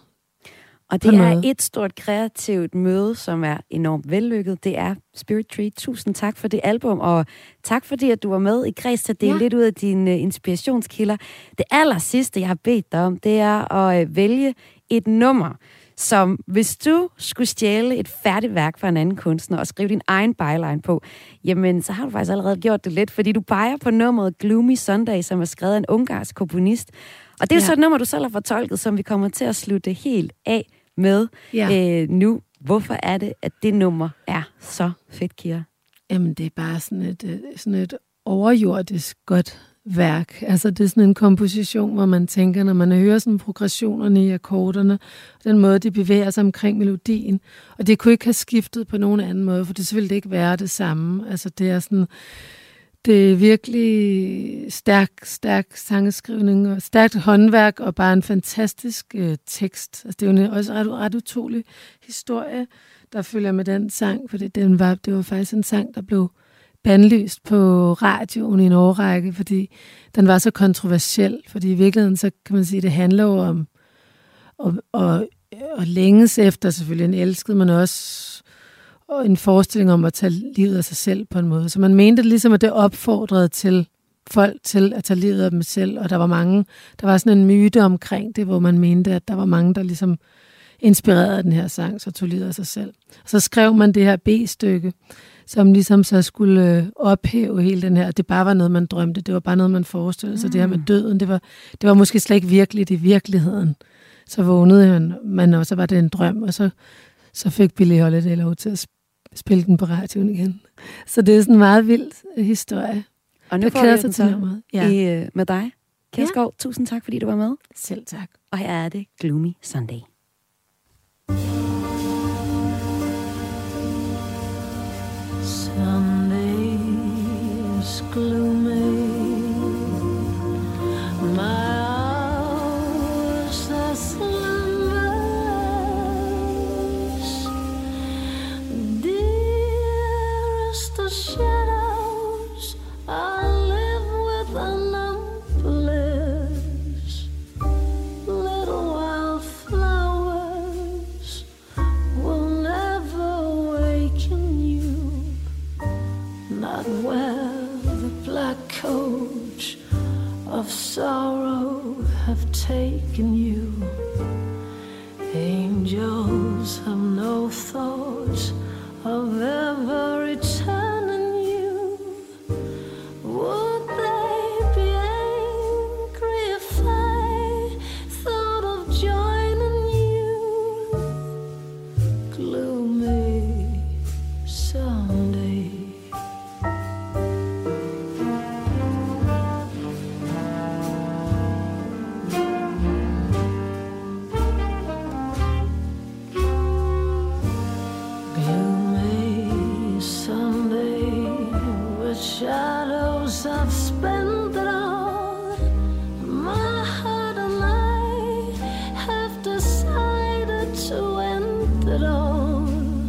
Og det er et stort kreativt møde, som er enormt vellykket. Det er Spirittree. Tusind tak for det album, og tak fordi, at du var med i Kreds til at dele ja. lidt ud af dine inspirationskilder. Det aller sidste, jeg har bedt dig om, det er at vælge et nummer, som hvis du skulle stjæle et færdigt værk fra en anden kunstner og skrive din egen byline på, jamen så har du faktisk allerede gjort det lidt, fordi du peger på nummeret Gloomy Sunday, som er skrevet af en ungarsk komponist. Og det er ja. så et nummer, du selv har fortolket, som vi kommer til at slutte helt af med ja. øh, nu. Hvorfor er det, at det nummer er så fedt, Kira? Jamen, det er bare sådan et, sådan et overjordisk godt værk. Altså, det er sådan en komposition, hvor man tænker, når man hører sådan progressionerne i akkorderne, den måde, de bevæger sig omkring melodien. Og det kunne ikke have skiftet på nogen anden måde, for det ville det ikke være det samme. Altså, det er sådan... Det er virkelig stærk, stærk sangskrivning og stærkt håndværk og bare en fantastisk øh, tekst. Altså, det er jo en, også ret, ret utrolig historie, der følger med den sang, fordi den var, det var faktisk en sang, der blev bandlyst på radioen i en årrække, fordi den var så kontroversiel. Fordi i virkeligheden, så kan man sige, det handler jo om og, og, og længes efter selvfølgelig en elsket, men også og en forestilling om at tage livet af sig selv på en måde. Så man mente ligesom, at det opfordrede til folk til at tage livet af dem selv, og der var mange, der var sådan en myte omkring det, hvor man mente, at der var mange, der ligesom inspirerede af den her sang, så tog livet af sig selv. Og så skrev man det her B-stykke, som ligesom så skulle ophæve hele den her, det bare var noget, man drømte, det var bare noget, man forestillede sig. Mm. Det her med døden, det var, det var måske slet ikke virkeligt i virkeligheden. Så vågnede man, man og så var det en drøm, og så, så fik Billie Holiday lov til at spille den på radioen igen. Så det er sådan en meget vild historie. Og nu får vi den så ja. i, med dig. Kira Skov, ja. Tusind tak, fordi du var med. Selv tak. Og her er det Gloomy Sunday. Sunday is gloomy. My hours are slumbers. shadows, I live with an bliss. Little wildflowers will never waken you, not where the black coach of sorrow have taken you. Angels have no thoughts of ever returning you. Would they be angry if I thought of joining you? Gloomy someday. Shadows, I've spent it all. My heart and I have decided to end it all.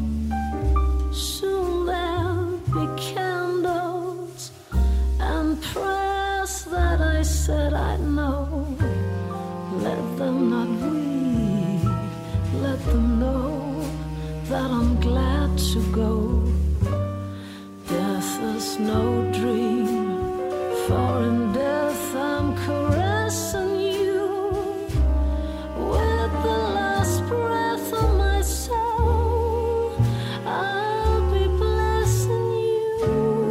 Soon there'll be candles and prayers that I said I'd know. Let them not weep, let them know that I'm glad to go. Death is no dream, for in death I'm caressing you. With the last breath of my soul, I'll be blessing you.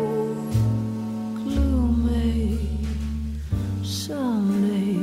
Gloomy someday.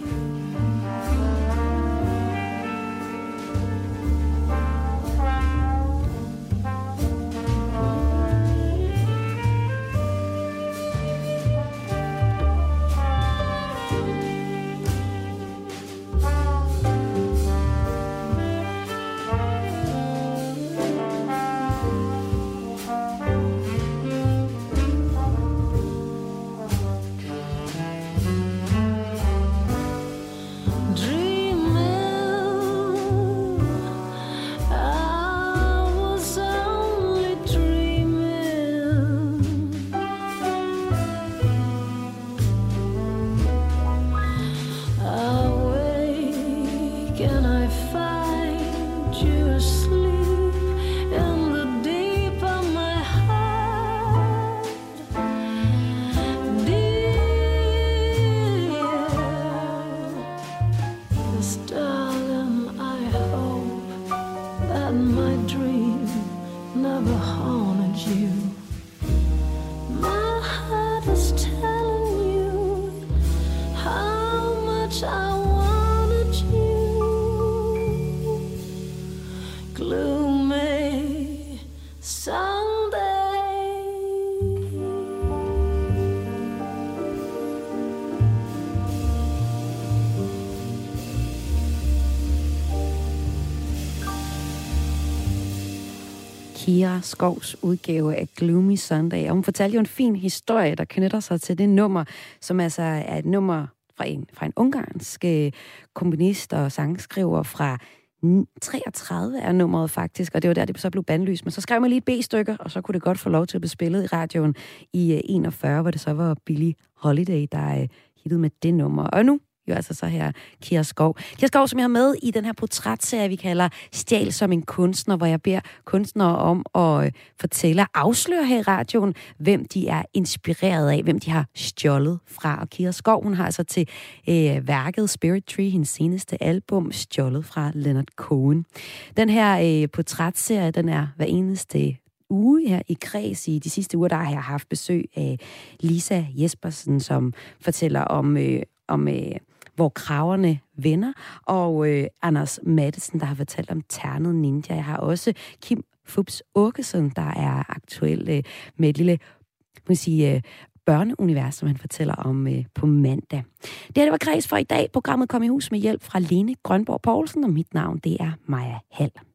Kira Skovs udgave af Gloomy Sunday. Og hun fortalte jo en fin historie, der knytter sig til det nummer, som altså er et nummer fra en, fra en ungarsk komponist og sangskriver fra treogtredive er nummeret faktisk, og det var der, det så blev bandlyst. Men så skrev man lige et B-stykke, og så kunne det godt få lov til at blive spillet i radioen i enogfyrre, hvor det så var Billie Holiday, der hittede med det nummer. Og nu jo altså så her Kira Skov. Kira Skov, som jeg har med i den her portrætserie, vi kalder Stjæl som en kunstner, hvor jeg beder kunstnere om at fortælle og afsløre her i radioen, hvem de er inspireret af, hvem de har stjålet fra. Og Kira Skov, hun har altså til øh, værket Spirit Tree, hendes seneste album, stjålet fra Leonard Cohen. Den her øh, portrætserie, den er hver eneste uge her i Kreds. I de sidste uger, der har jeg haft besøg af Lisa Jespersen, som fortæller om, øh, om øh, hvor kragerne vender, og øh, Anders Mattesen, der har fortalt om Ternet Ninja. Jeg har også Kim Fupz Åkesson, der er aktuel øh, med et lille, må sige, øh, børneunivers, som han fortæller om øh, på mandag. Det her, det var Kreds for i dag. Programmet kom i hus med hjælp fra Lene Grønborg Poulsen, og mit navn, det er Maja Hall.